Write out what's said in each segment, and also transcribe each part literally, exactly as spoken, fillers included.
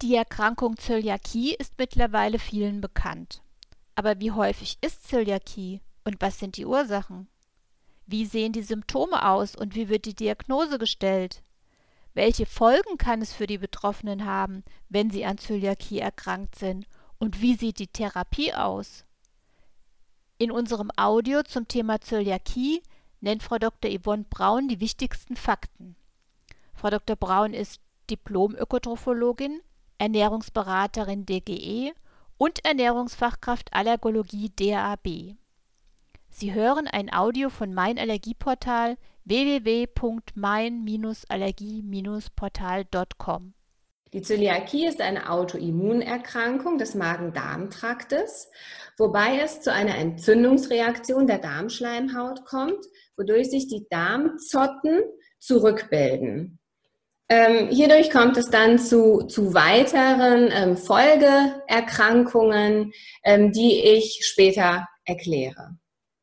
Die Erkrankung Zöliakie ist mittlerweile vielen bekannt. Aber wie häufig ist Zöliakie und was sind die Ursachen? Wie sehen die Symptome aus und wie wird die Diagnose gestellt? Welche Folgen kann es für die Betroffenen haben, wenn sie an Zöliakie erkrankt sind? Und wie sieht die Therapie aus? In unserem Audio zum Thema Zöliakie nennt Frau Doktor Yvonne Braun die wichtigsten Fakten. Frau Doktor Braun ist Diplom-Ökotrophologin, Ernährungsberaterin D G E und Ernährungsfachkraft Allergologie D A B. Sie hören ein Audio von Mein Allergieportal w w w punkt mein Allergie Portal punkt com. Die Zöliakie ist eine Autoimmunerkrankung des Magen-Darm-Traktes, wobei es zu einer Entzündungsreaktion der Darmschleimhaut kommt, wodurch sich die Darmzotten zurückbilden. Ähm, hierdurch kommt es dann zu, zu weiteren ähm, Folgeerkrankungen, ähm, die ich später erkläre.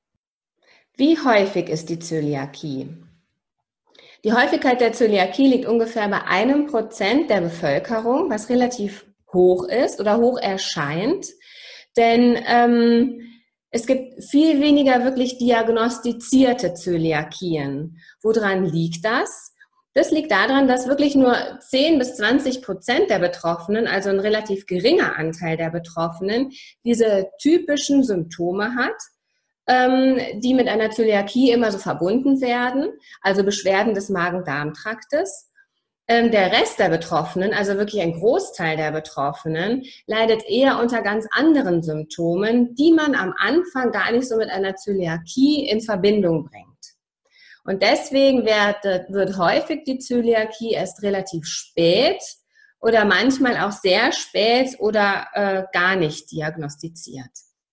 Wie häufig ist die Zöliakie? Die Häufigkeit der Zöliakie liegt ungefähr bei einem Prozent der Bevölkerung, was relativ hoch ist oder hoch erscheint, denn ähm, es gibt viel weniger wirklich diagnostizierte Zöliakien. Woran liegt das? Das liegt daran, dass wirklich nur zehn bis zwanzig Prozent der Betroffenen, also ein relativ geringer Anteil der Betroffenen, diese typischen Symptome hat, ähm, die mit einer Zöliakie immer so verbunden werden, also Beschwerden des Magen-Darm-Traktes. Ähm, der Rest der Betroffenen, also wirklich ein Großteil der Betroffenen, leidet eher unter ganz anderen Symptomen, die man am Anfang gar nicht so mit einer Zöliakie in Verbindung bringt. Und deswegen wird, wird häufig die Zöliakie erst relativ spät oder manchmal auch sehr spät oder äh, gar nicht diagnostiziert.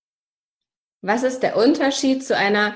Was ist der Unterschied zu einer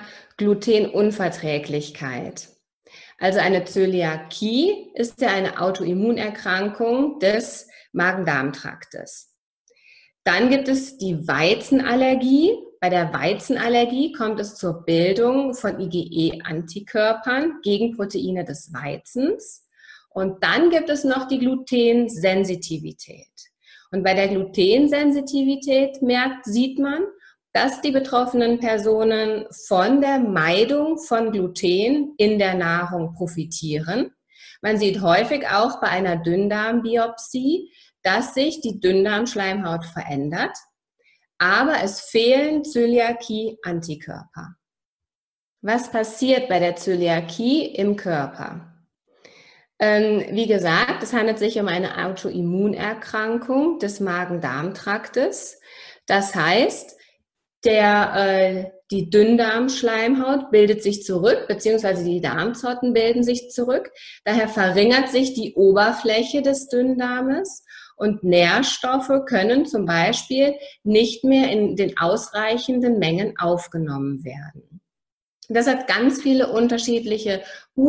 Glutenunverträglichkeit? Also eine Zöliakie ist ja eine Autoimmunerkrankung des Magen-Darm-Traktes. Dann gibt es die Weizenallergie. Bei der Weizenallergie kommt es zur Bildung von IgE-Antikörpern gegen Proteine des Weizens. Und dann gibt es noch die Glutensensitivität. Und bei der Glutensensitivität merkt, sieht man, dass die betroffenen Personen von der Meidung von Gluten in der Nahrung profitieren. Man sieht häufig auch bei einer Dünndarmbiopsie, dass sich die Dünndarmschleimhaut verändert. Aber es fehlen Zöliakie-Antikörper. Was passiert bei der Zöliakie im Körper? Ähm, wie gesagt, es handelt sich um eine Autoimmunerkrankung des Magen-Darm-Traktes. Das heißt, der, äh, die Dünndarmschleimhaut bildet sich zurück, beziehungsweise die Darmzotten bilden sich zurück. Daher verringert sich die Oberfläche des Dünndarmes. Und Nährstoffe können zum Beispiel nicht mehr in den ausreichenden Mengen aufgenommen werden. Das hat ganz viele unterschiedliche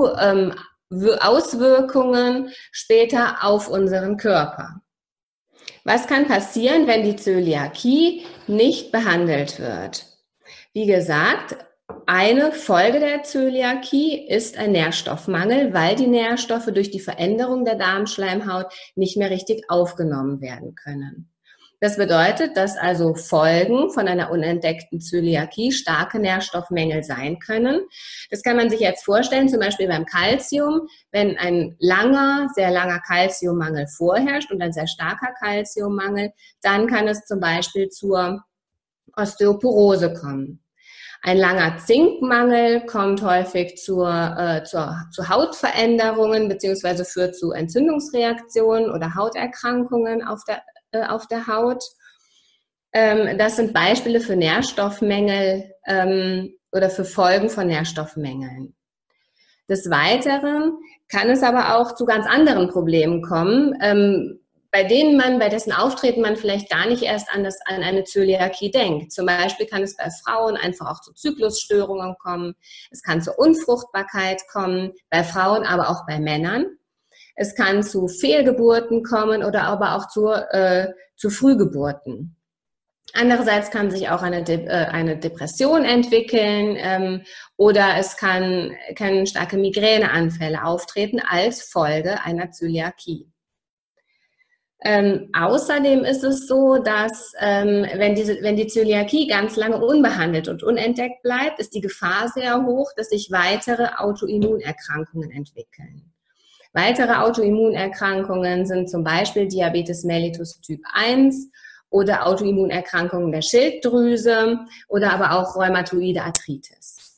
Auswirkungen später auf unseren Körper. Was kann passieren, wenn die Zöliakie nicht behandelt wird? Wie gesagt, eine Folge der Zöliakie ist ein Nährstoffmangel, weil die Nährstoffe durch die Veränderung der Darmschleimhaut nicht mehr richtig aufgenommen werden können. Das bedeutet, dass also Folgen von einer unentdeckten Zöliakie starke Nährstoffmängel sein können. Das kann man sich jetzt vorstellen, zum Beispiel beim Calcium, wenn ein langer, sehr langer Calciummangel vorherrscht und ein sehr starker Calciummangel, dann kann es zum Beispiel zur Osteoporose kommen. Ein langer Zinkmangel kommt häufig zur, äh, zur, zu Hautveränderungen bzw. führt zu Entzündungsreaktionen oder Hauterkrankungen auf der, äh, auf der Haut. Ähm, das sind Beispiele für Nährstoffmängel ähm, oder für Folgen von Nährstoffmängeln. Des Weiteren kann es aber auch zu ganz anderen Problemen kommen, ähm, bei denen man, bei dessen Auftreten man vielleicht gar nicht erst an, das, an eine Zöliakie denkt. Zum Beispiel kann es bei Frauen einfach auch zu Zyklusstörungen kommen. Es kann zur Unfruchtbarkeit kommen, bei Frauen, aber auch bei Männern. Es kann zu Fehlgeburten kommen oder aber auch zu, äh, zu Frühgeburten. Andererseits kann sich auch eine, De- äh, eine Depression entwickeln ähm, oder es kann, können starke Migräneanfälle auftreten als Folge einer Zöliakie. Ähm, außerdem ist es so, dass ähm, wenn, diese, wenn die Zöliakie ganz lange unbehandelt und unentdeckt bleibt, ist die Gefahr sehr hoch, dass sich weitere Autoimmunerkrankungen entwickeln. Weitere Autoimmunerkrankungen sind zum Beispiel Diabetes mellitus Typ eins oder Autoimmunerkrankungen der Schilddrüse oder aber auch rheumatoide Arthritis.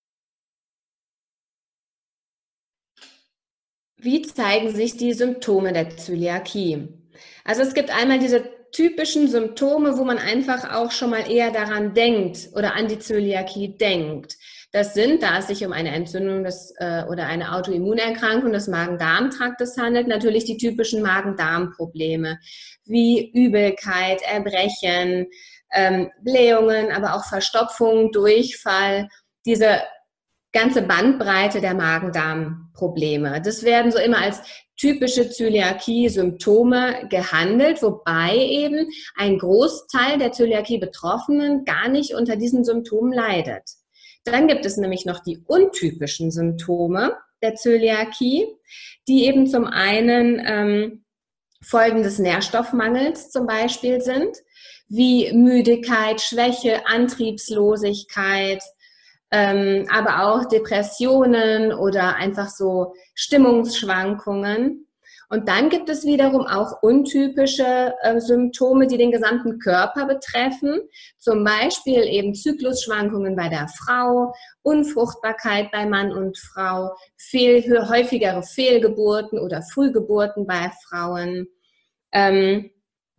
Wie zeigen sich die Symptome der Zöliakie? Also es gibt einmal diese typischen Symptome, wo man einfach auch schon mal eher daran denkt oder an die Zöliakie denkt. Das sind, da es sich um eine Entzündung des, äh, oder eine Autoimmunerkrankung des Magen-Darm-Traktes handelt, natürlich die typischen Magen-Darm-Probleme wie Übelkeit, Erbrechen, ähm, Blähungen, aber auch Verstopfung, Durchfall, diese ganze Bandbreite der Magen-Darm-Probleme. Das werden so immer als typische Zöliakie-Symptome gehandelt, wobei eben ein Großteil der Zöliakie-Betroffenen gar nicht unter diesen Symptomen leidet. Dann gibt es nämlich noch die untypischen Symptome der Zöliakie, die eben zum einen ähm, Folgen des Nährstoffmangels zum Beispiel sind, wie Müdigkeit, Schwäche, Antriebslosigkeit, ähm, aber auch Depressionen oder einfach so Stimmungsschwankungen. Und dann gibt es wiederum auch untypische äh, Symptome, die den gesamten Körper betreffen. Zum Beispiel eben Zyklusschwankungen bei der Frau, Unfruchtbarkeit bei Mann und Frau, fehl, häufigere Fehlgeburten oder Frühgeburten bei Frauen, ähm,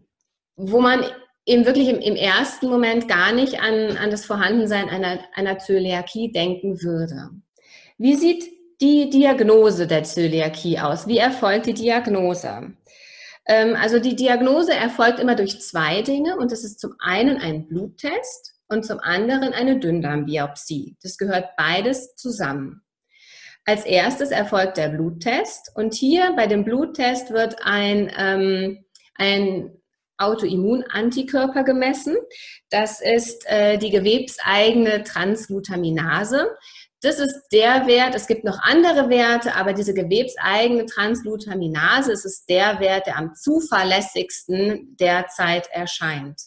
wo man eben wirklich im, im ersten Moment gar nicht an, an das Vorhandensein einer, einer Zöliakie denken würde. Wie sieht die Diagnose der Zöliakie aus? Wie erfolgt die Diagnose? Ähm, also die Diagnose erfolgt immer durch zwei Dinge und das ist zum einen ein Bluttest und zum anderen eine Dünndarmbiopsie. Das gehört beides zusammen. Als erstes erfolgt der Bluttest und hier bei dem Bluttest wird ein, ähm, ein Autoimmunantikörper gemessen. Das ist äh, die gewebseigene Transglutaminase. Das ist der Wert, es gibt noch andere Werte, aber diese gewebseigene Transglutaminase, es ist der Wert, der am zuverlässigsten derzeit erscheint.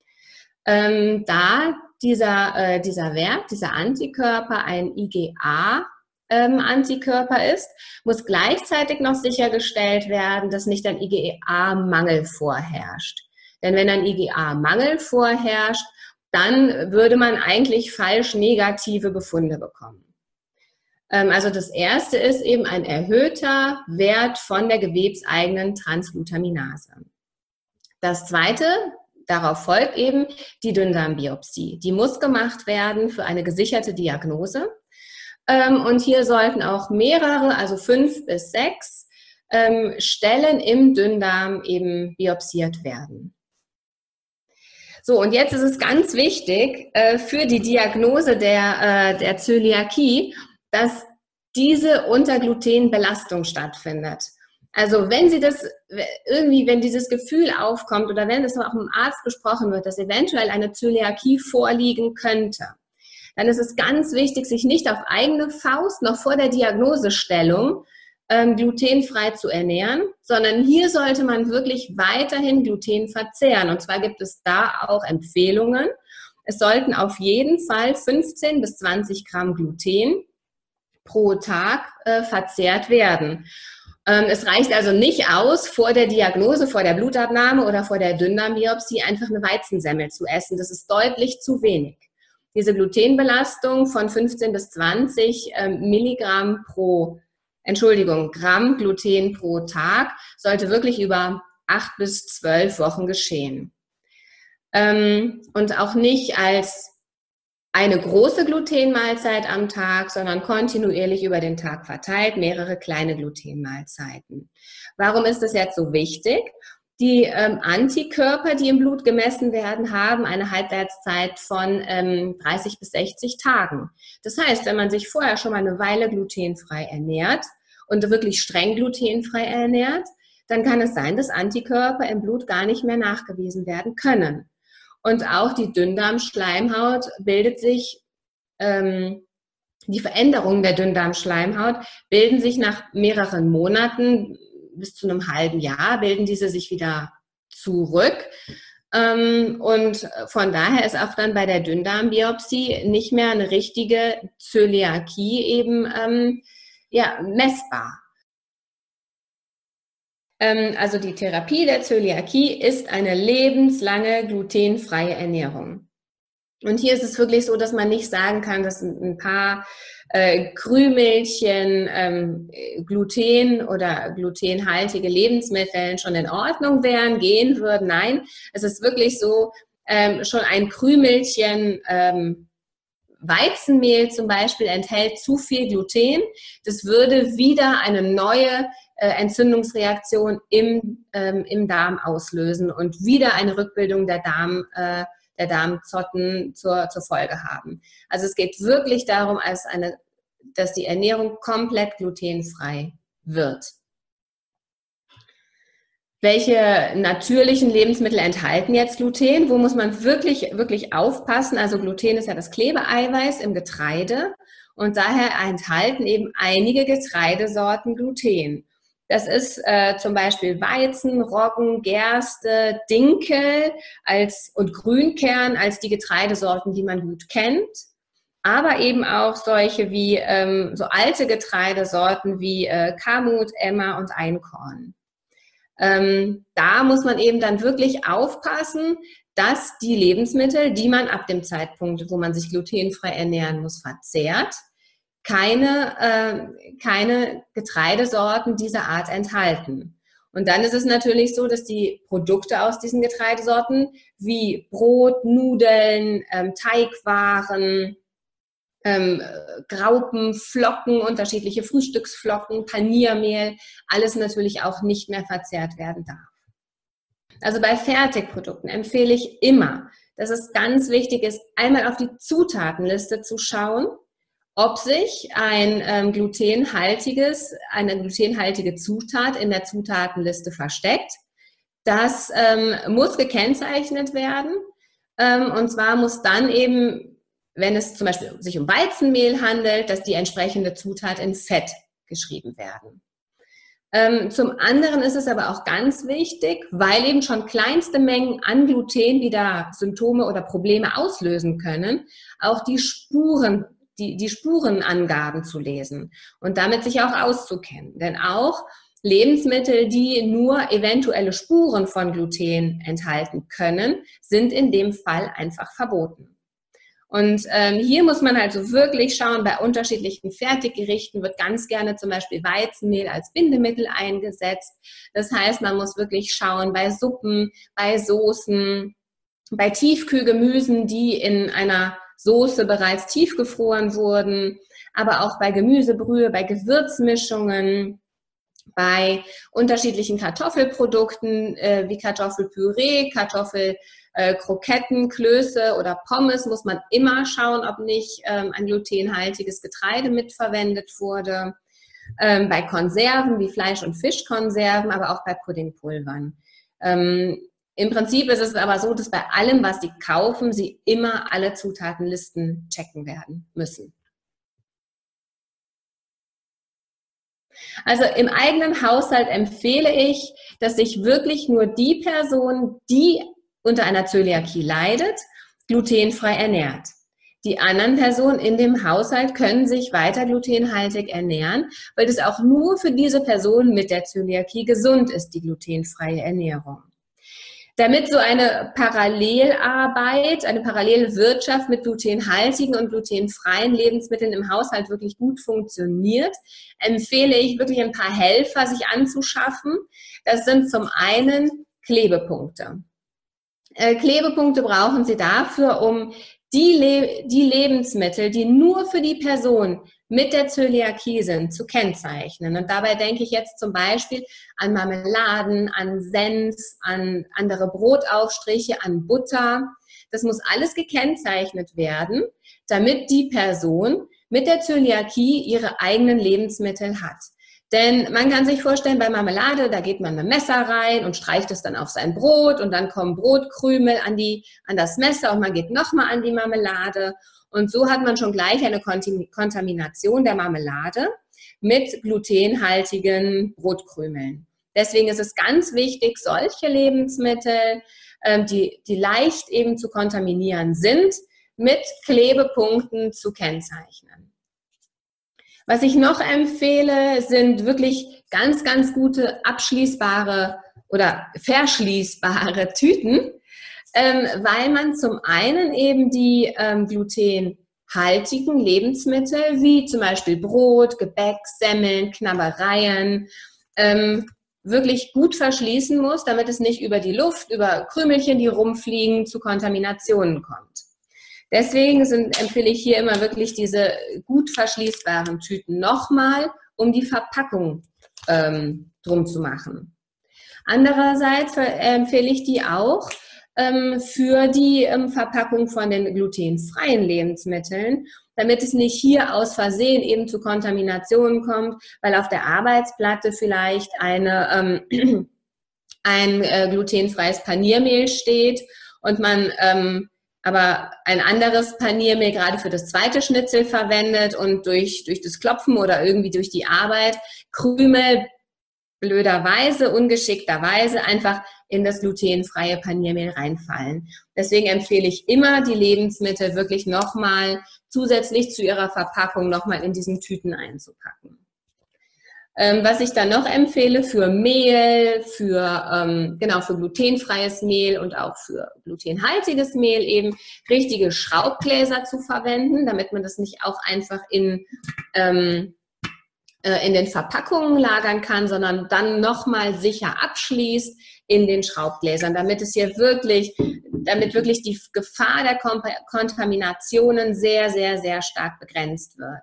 Ähm, da dieser, äh, dieser Wert, dieser Antikörper ein IgA-Antikörper ist, muss gleichzeitig noch sichergestellt werden, dass nicht ein IgA-Mangel vorherrscht. Denn wenn ein IgA-Mangel vorherrscht, dann würde man eigentlich falsch negative Befunde bekommen. Also das erste ist eben ein erhöhter Wert von der gewebseigenen Transglutaminase. Das zweite, darauf folgt eben die Dünndarmbiopsie. Die muss gemacht werden für eine gesicherte Diagnose. Und hier sollten auch mehrere, also fünf bis sechs Stellen im Dünndarm eben biopsiert werden. So, und jetzt ist es ganz wichtig äh, für die Diagnose der, äh, der Zöliakie, dass diese Unterglutenbelastung stattfindet. Also wenn Sie das irgendwie, wenn dieses Gefühl aufkommt oder wenn es auch mit dem Arzt besprochen wird, dass eventuell eine Zöliakie vorliegen könnte, dann ist es ganz wichtig, sich nicht auf eigene Faust noch vor der Diagnosestellung ähm, glutenfrei zu ernähren, sondern hier sollte man wirklich weiterhin Gluten verzehren. Und zwar gibt es da auch Empfehlungen. Es sollten auf jeden Fall fünfzehn bis zwanzig Gramm Gluten pro Tag äh, verzehrt werden. Ähm, es reicht also nicht aus, vor der Diagnose, vor der Blutabnahme oder vor der Dünndarmbiopsie einfach eine Weizensemmel zu essen. Das ist deutlich zu wenig. Diese Glutenbelastung von fünfzehn bis zwanzig ähm, Milligramm pro, Entschuldigung, Gramm Gluten pro Tag sollte wirklich über acht bis zwölf Wochen geschehen. Ähm, und auch nicht als eine große Glutenmahlzeit am Tag, sondern kontinuierlich über den Tag verteilt, mehrere kleine Glutenmahlzeiten. Warum ist das jetzt so wichtig? Die ähm, Antikörper, die im Blut gemessen werden, haben eine Halbwertszeit von ähm, dreißig bis sechzig Tagen. Das heißt, wenn man sich vorher schon mal eine Weile glutenfrei ernährt und wirklich streng glutenfrei ernährt, dann kann es sein, dass Antikörper im Blut gar nicht mehr nachgewiesen werden können. Und auch die Dünndarmschleimhaut bildet sich, ähm, die Veränderungen der Dünndarmschleimhaut bilden sich nach mehreren Monaten bis zu einem halben Jahr bilden diese sich wieder zurück. Ähm, und von daher ist auch dann bei der Dünndarmbiopsie nicht mehr eine richtige Zöliakie eben ähm, ja, messbar. Ähm, also die Therapie der Zöliakie ist eine lebenslange glutenfreie Ernährung. Und hier ist es wirklich so, dass man nicht sagen kann, dass ein paar äh, Krümelchen ähm, Gluten oder glutenhaltige Lebensmittel schon in Ordnung wären, gehen würden. Nein, es ist wirklich so, ähm, schon ein Krümelchen ähm, Weizenmehl zum Beispiel enthält zu viel Gluten. Das würde wieder eine neue äh, Entzündungsreaktion im, ähm, im Darm auslösen und wieder eine Rückbildung der Darm äh, der Darmzotten zur, zur Folge haben. Also es geht wirklich darum, als eine, dass die Ernährung komplett glutenfrei wird. Welche natürlichen Lebensmittel enthalten jetzt Gluten? Wo muss man wirklich, wirklich aufpassen? Also Gluten ist ja das Klebeeiweiß im Getreide und daher enthalten eben einige Getreidesorten Gluten. Das ist äh, zum Beispiel Weizen, Roggen, Gerste, Dinkel als, und Grünkern als die Getreidesorten, die man gut kennt. Aber eben auch solche wie ähm, so alte Getreidesorten wie äh, Kamut, Emmer und Einkorn. Ähm, da muss man eben dann wirklich aufpassen, dass die Lebensmittel, die man ab dem Zeitpunkt, wo man sich glutenfrei ernähren muss, verzehrt, keine, äh, keine Getreidesorten dieser Art enthalten. Und dann ist es natürlich so, dass die Produkte aus diesen Getreidesorten wie Brot, Nudeln, ähm, Teigwaren, ähm, Graupen, Flocken, unterschiedliche Frühstücksflocken, Paniermehl, alles natürlich auch nicht mehr verzehrt werden darf. Also bei Fertigprodukten empfehle ich immer, dass es ganz wichtig ist, einmal auf die Zutatenliste zu schauen, ob sich ein ähm, glutenhaltiges, eine glutenhaltige Zutat in der Zutatenliste versteckt. Das ähm, muss gekennzeichnet werden. Ähm, und zwar muss dann eben, wenn es zum Beispiel sich um Weizenmehl handelt, dass die entsprechende Zutat in Fett geschrieben werden. Ähm, zum anderen ist es aber auch ganz wichtig, weil eben schon kleinste Mengen an Gluten wieder Symptome oder Probleme auslösen können, auch die Spuren Die, die Spurenangaben zu lesen und damit sich auch auszukennen. Denn auch Lebensmittel, die nur eventuelle Spuren von Gluten enthalten können, sind in dem Fall einfach verboten. Und ähm, hier muss man also wirklich schauen, bei unterschiedlichen Fertiggerichten wird ganz gerne zum Beispiel Weizenmehl als Bindemittel eingesetzt. Das heißt, man muss wirklich schauen bei Suppen, bei Soßen, bei Tiefkühlgemüsen, die in einer Soße bereits tiefgefroren wurden, aber auch bei Gemüsebrühe, bei Gewürzmischungen, bei unterschiedlichen Kartoffelprodukten äh, wie Kartoffelpüree, Kartoffelkroketten, äh, Klöße oder Pommes muss man immer schauen, ob nicht ähm, ein glutenhaltiges Getreide mitverwendet wurde. Ähm, bei Konserven wie Fleisch- und Fischkonserven, aber auch bei Puddingpulvern. Ähm, Im Prinzip ist es aber so, dass bei allem, was Sie kaufen, Sie immer alle Zutatenlisten checken werden müssen. Also im eigenen Haushalt empfehle ich, dass sich wirklich nur die Person, die unter einer Zöliakie leidet, glutenfrei ernährt. Die anderen Personen in dem Haushalt können sich weiter glutenhaltig ernähren, weil das auch nur für diese Person mit der Zöliakie gesund ist, die glutenfreie Ernährung. Damit so eine Parallelarbeit, eine Parallelwirtschaft mit glutenhaltigen und glutenfreien Lebensmitteln im Haushalt wirklich gut funktioniert, empfehle ich wirklich ein paar Helfer sich anzuschaffen. Das sind zum einen Klebepunkte. Äh, Klebepunkte brauchen Sie dafür, um die, Le- die Lebensmittel, die nur für die Person mit der Zöliakie sind, zu kennzeichnen. Und dabei denke ich jetzt zum Beispiel an Marmeladen, an Senf, an andere Brotaufstriche, an Butter. Das muss alles gekennzeichnet werden, damit die Person mit der Zöliakie ihre eigenen Lebensmittel hat. Denn man kann sich vorstellen, bei Marmelade, da geht man mit dem Messer rein und streicht es dann auf sein Brot und dann kommen Brotkrümel an, die, an das Messer und man geht nochmal an die Marmelade. Und so hat man schon gleich eine Kontamination der Marmelade mit glutenhaltigen Brotkrümeln. Deswegen ist es ganz wichtig, solche Lebensmittel, ähm, die, die leicht eben zu kontaminieren sind, mit Klebepunkten zu kennzeichnen. Was ich noch empfehle, sind wirklich ganz, ganz gute abschließbare oder verschließbare Tüten, ähm, weil man zum einen eben die ähm, glutenhaltigen Lebensmittel wie zum Beispiel Brot, Gebäck, Semmeln, Knabbereien ähm, wirklich gut verschließen muss, damit es nicht über die Luft, über Krümelchen, die rumfliegen, zu Kontaminationen kommt. Deswegen sind, empfehle ich hier immer wirklich diese gut verschließbaren Tüten nochmal, um die Verpackung ähm, drum zu machen. Andererseits empfehle ich die auch ähm, für die ähm, Verpackung von den glutenfreien Lebensmitteln, damit es nicht hier aus Versehen eben zu Kontaminationen kommt, weil auf der Arbeitsplatte vielleicht eine, ähm, ein äh, glutenfreies Paniermehl steht und man ähm, aber ein anderes Paniermehl gerade für das zweite Schnitzel verwendet und durch, durch das Klopfen oder irgendwie durch die Arbeit Krümel blöderweise, ungeschickterweise einfach in das glutenfreie Paniermehl reinfallen. Deswegen empfehle ich immer, die Lebensmittel wirklich nochmal zusätzlich zu ihrer Verpackung nochmal in diesen Tüten einzupacken. Ähm, was ich dann noch empfehle für Mehl, für, ähm, genau, für glutenfreies Mehl und auch für glutenhaltiges Mehl eben richtige Schraubgläser zu verwenden, damit man das nicht auch einfach in, ähm, äh, in den Verpackungen lagern kann, sondern dann nochmal sicher abschließt in den Schraubgläsern, damit es hier wirklich, damit wirklich die Gefahr der Kontaminationen sehr, sehr, sehr stark begrenzt wird.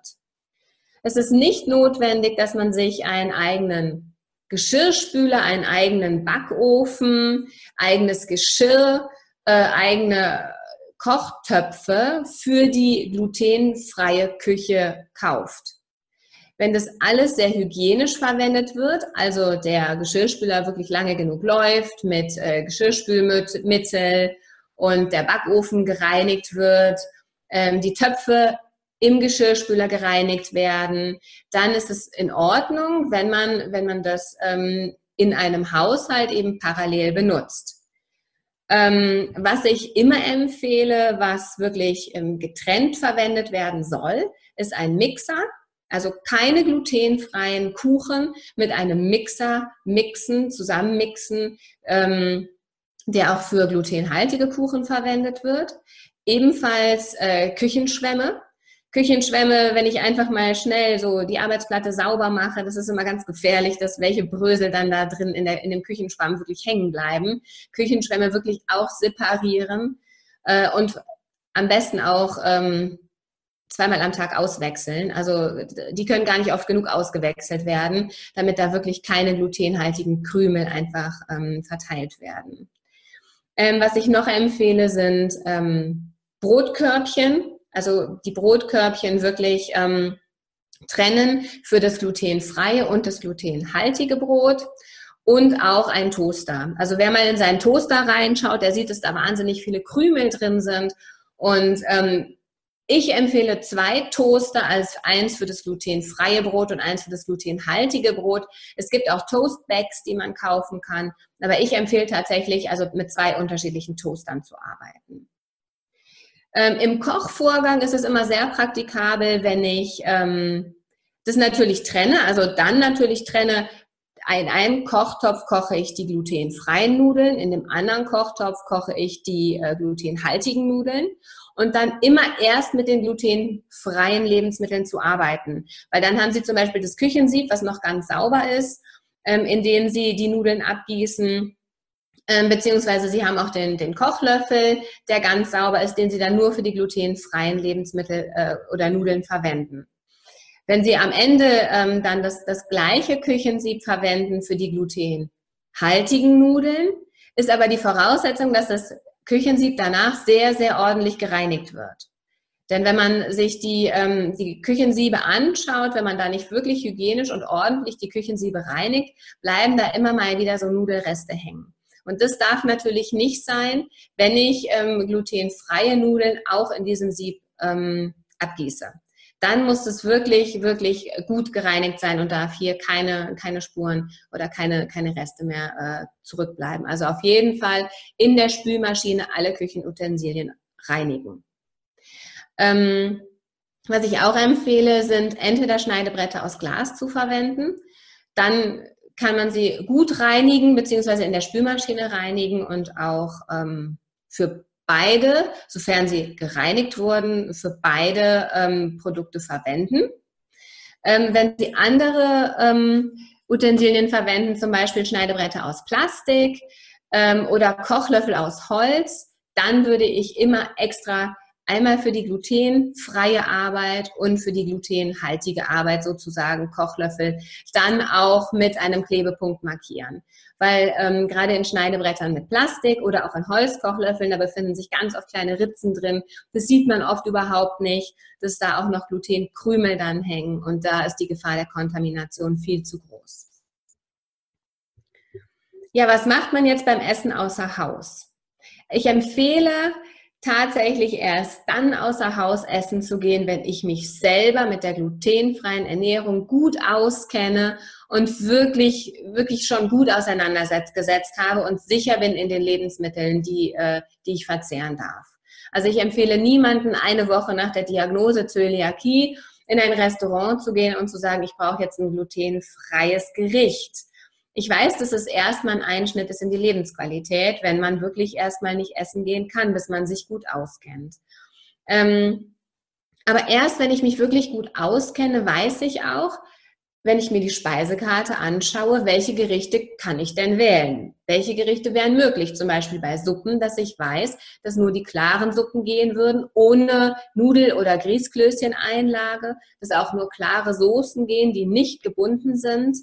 Es ist nicht notwendig, dass man sich einen eigenen Geschirrspüler, einen eigenen Backofen, eigenes Geschirr, äh, eigene Kochtöpfe für die glutenfreie Küche kauft. Wenn das alles sehr hygienisch verwendet wird, also der Geschirrspüler wirklich lange genug läuft mit äh, Geschirrspülmittel und der Backofen gereinigt wird, ähm, die Töpfe im Geschirrspüler gereinigt werden, dann ist es in Ordnung, wenn man, wenn man das ähm, in einem Haushalt eben parallel benutzt. Ähm, was ich immer empfehle, was wirklich ähm, getrennt verwendet werden soll, ist ein Mixer. Also keine glutenfreien Kuchen mit einem Mixer mixen, zusammenmixen, ähm, der auch für glutenhaltige Kuchen verwendet wird. Ebenfalls äh, Küchenschwämme. Küchenschwämme, wenn ich einfach mal schnell so die Arbeitsplatte sauber mache, das ist immer ganz gefährlich, dass welche Brösel dann da drin in, der, in dem Küchenschwamm wirklich hängen bleiben. Küchenschwämme wirklich auch separieren äh, und am besten auch ähm, zweimal am Tag auswechseln. Also die können gar nicht oft genug ausgewechselt werden, damit da wirklich keine glutenhaltigen Krümel einfach ähm, verteilt werden. Ähm, was ich noch empfehle, sind ähm, Brotkörbchen. Also die Brotkörbchen wirklich ähm, trennen für das glutenfreie und das glutenhaltige Brot und auch ein Toaster. Also wer mal in seinen Toaster reinschaut, der sieht, dass da wahnsinnig viele Krümel drin sind und ähm, ich empfehle zwei Toaster als eins für das glutenfreie Brot und eins für das glutenhaltige Brot. Es gibt auch Toastbags, die man kaufen kann, aber ich empfehle tatsächlich, also mit zwei unterschiedlichen Toastern zu arbeiten. Ähm, Im Kochvorgang ist es immer sehr praktikabel, wenn ich ähm, das natürlich trenne, also dann natürlich trenne, in einem Kochtopf koche ich die glutenfreien Nudeln, in dem anderen Kochtopf koche ich die äh, glutenhaltigen Nudeln und dann immer erst mit den glutenfreien Lebensmitteln zu arbeiten, weil dann haben Sie zum Beispiel das Küchensieb, was noch ganz sauber ist, ähm, in dem Sie die Nudeln abgießen. Ähm, beziehungsweise Sie haben auch den, den Kochlöffel, der ganz sauber ist, den Sie dann nur für die glutenfreien Lebensmittel äh, oder Nudeln verwenden. Wenn Sie am Ende ähm, dann das, das gleiche Küchensieb verwenden für die glutenhaltigen Nudeln, ist aber die Voraussetzung, dass das Küchensieb danach sehr, sehr ordentlich gereinigt wird. Denn wenn man sich die, ähm, die Küchensiebe anschaut, wenn man da nicht wirklich hygienisch und ordentlich die Küchensiebe reinigt, bleiben da immer mal wieder so Nudelreste hängen. Und das darf natürlich nicht sein, wenn ich ähm, glutenfreie Nudeln auch in diesem Sieb ähm, abgieße. dann muss es wirklich, wirklich gut gereinigt sein und darf hier keine, keine Spuren oder keine, keine Reste mehr äh, zurückbleiben. Also auf jeden Fall in der Spülmaschine alle Küchenutensilien reinigen. Ähm, was ich auch empfehle, sind entweder Schneidebretter aus Glas zu verwenden. Dann kann man sie gut reinigen, beziehungsweise in der Spülmaschine reinigen und auch ähm, für beide, sofern sie gereinigt wurden, für beide ähm, Produkte verwenden. Ähm, wenn Sie andere ähm, Utensilien verwenden, zum Beispiel Schneidebretter aus Plastik ähm, oder Kochlöffel aus Holz, dann würde ich immer extra einmal für die glutenfreie Arbeit und für die glutenhaltige Arbeit sozusagen Kochlöffel dann auch mit einem Klebepunkt markieren. Weil ähm, gerade in Schneidebrettern mit Plastik oder auch in Holzkochlöffeln, da befinden sich ganz oft kleine Ritzen drin. Das sieht man oft überhaupt nicht, dass da auch noch Glutenkrümel dann hängen und da ist die Gefahr der Kontamination viel zu groß. Ja, was macht man jetzt beim Essen außer Haus? Ich empfehle, tatsächlich erst dann außer Haus essen zu gehen, wenn ich mich selber mit der glutenfreien Ernährung gut auskenne und wirklich, wirklich schon gut auseinandergesetzt habe und sicher bin in den Lebensmitteln, die, äh, die ich verzehren darf. Also ich empfehle niemanden, eine Woche nach der Diagnose Zöliakie in ein Restaurant zu gehen und zu sagen, ich brauche jetzt ein glutenfreies Gericht. Ich weiß, dass es erstmal ein Einschnitt ist in die Lebensqualität, wenn man wirklich erstmal nicht essen gehen kann, bis man sich gut auskennt. Ähm, aber erst, wenn ich mich wirklich gut auskenne, weiß ich auch, wenn ich mir die Speisekarte anschaue, welche Gerichte kann ich denn wählen? Welche Gerichte wären möglich? Zum Beispiel bei Suppen, dass ich weiß, dass nur die klaren Suppen gehen würden, ohne Nudel- oder Grießklößchen-Einlage, dass auch nur klare Soßen gehen, die nicht gebunden sind.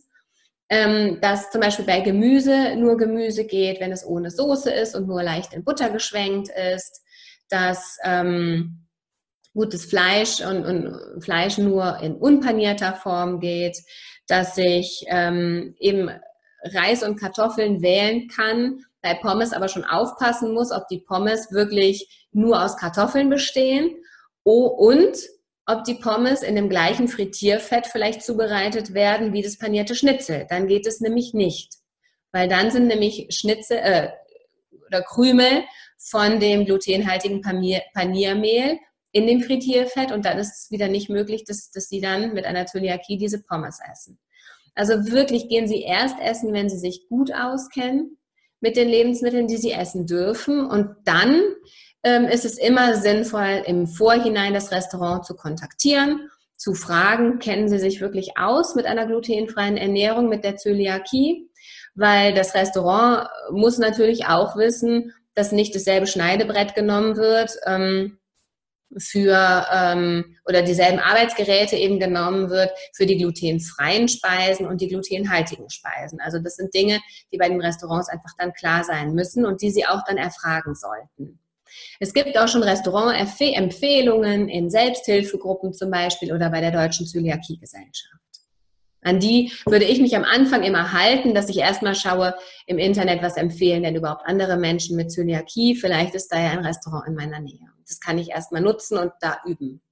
Dass zum Beispiel bei Gemüse nur Gemüse geht, wenn es ohne Soße ist und nur leicht in Butter geschwenkt ist, dass ähm, gutes Fleisch und, und Fleisch nur in unpanierter Form geht, dass ich ähm, eben Reis und Kartoffeln wählen kann, bei Pommes aber schon aufpassen muss, ob die Pommes wirklich nur aus Kartoffeln bestehen oh, und ob die Pommes in dem gleichen Frittierfett vielleicht zubereitet werden wie das panierte Schnitzel. Dann geht es nämlich nicht, weil dann sind nämlich Schnitzel äh, oder Krümel von dem glutenhaltigen Panier, Paniermehl in dem Frittierfett und dann ist es wieder nicht möglich, dass, dass Sie dann mit einer Zöliakie diese Pommes essen. Also wirklich gehen Sie erst essen, wenn Sie sich gut auskennen mit den Lebensmitteln, die Sie essen dürfen und dann ähm, ist es immer sinnvoll, im Vorhinein das Restaurant zu kontaktieren, zu fragen, kennen Sie sich wirklich aus mit einer glutenfreien Ernährung, mit der Zöliakie? Weil das Restaurant muss natürlich auch wissen, dass nicht dasselbe Schneidebrett genommen wird ähm, für ähm, oder dieselben Arbeitsgeräte eben genommen wird für die glutenfreien Speisen und die glutenhaltigen Speisen. Also das sind Dinge, die bei den Restaurants einfach dann klar sein müssen und die Sie auch dann erfragen sollten. Es gibt auch schon Restaurant-Empfehlungen in Selbsthilfegruppen zum Beispiel oder bei der Deutschen Zöliakie-Gesellschaft. An die würde ich mich am Anfang immer halten, dass ich erstmal schaue im Internet, was empfehlen denn überhaupt andere Menschen mit Zöliakie. Vielleicht ist da ja ein Restaurant in meiner Nähe. Das kann ich erstmal nutzen und da üben.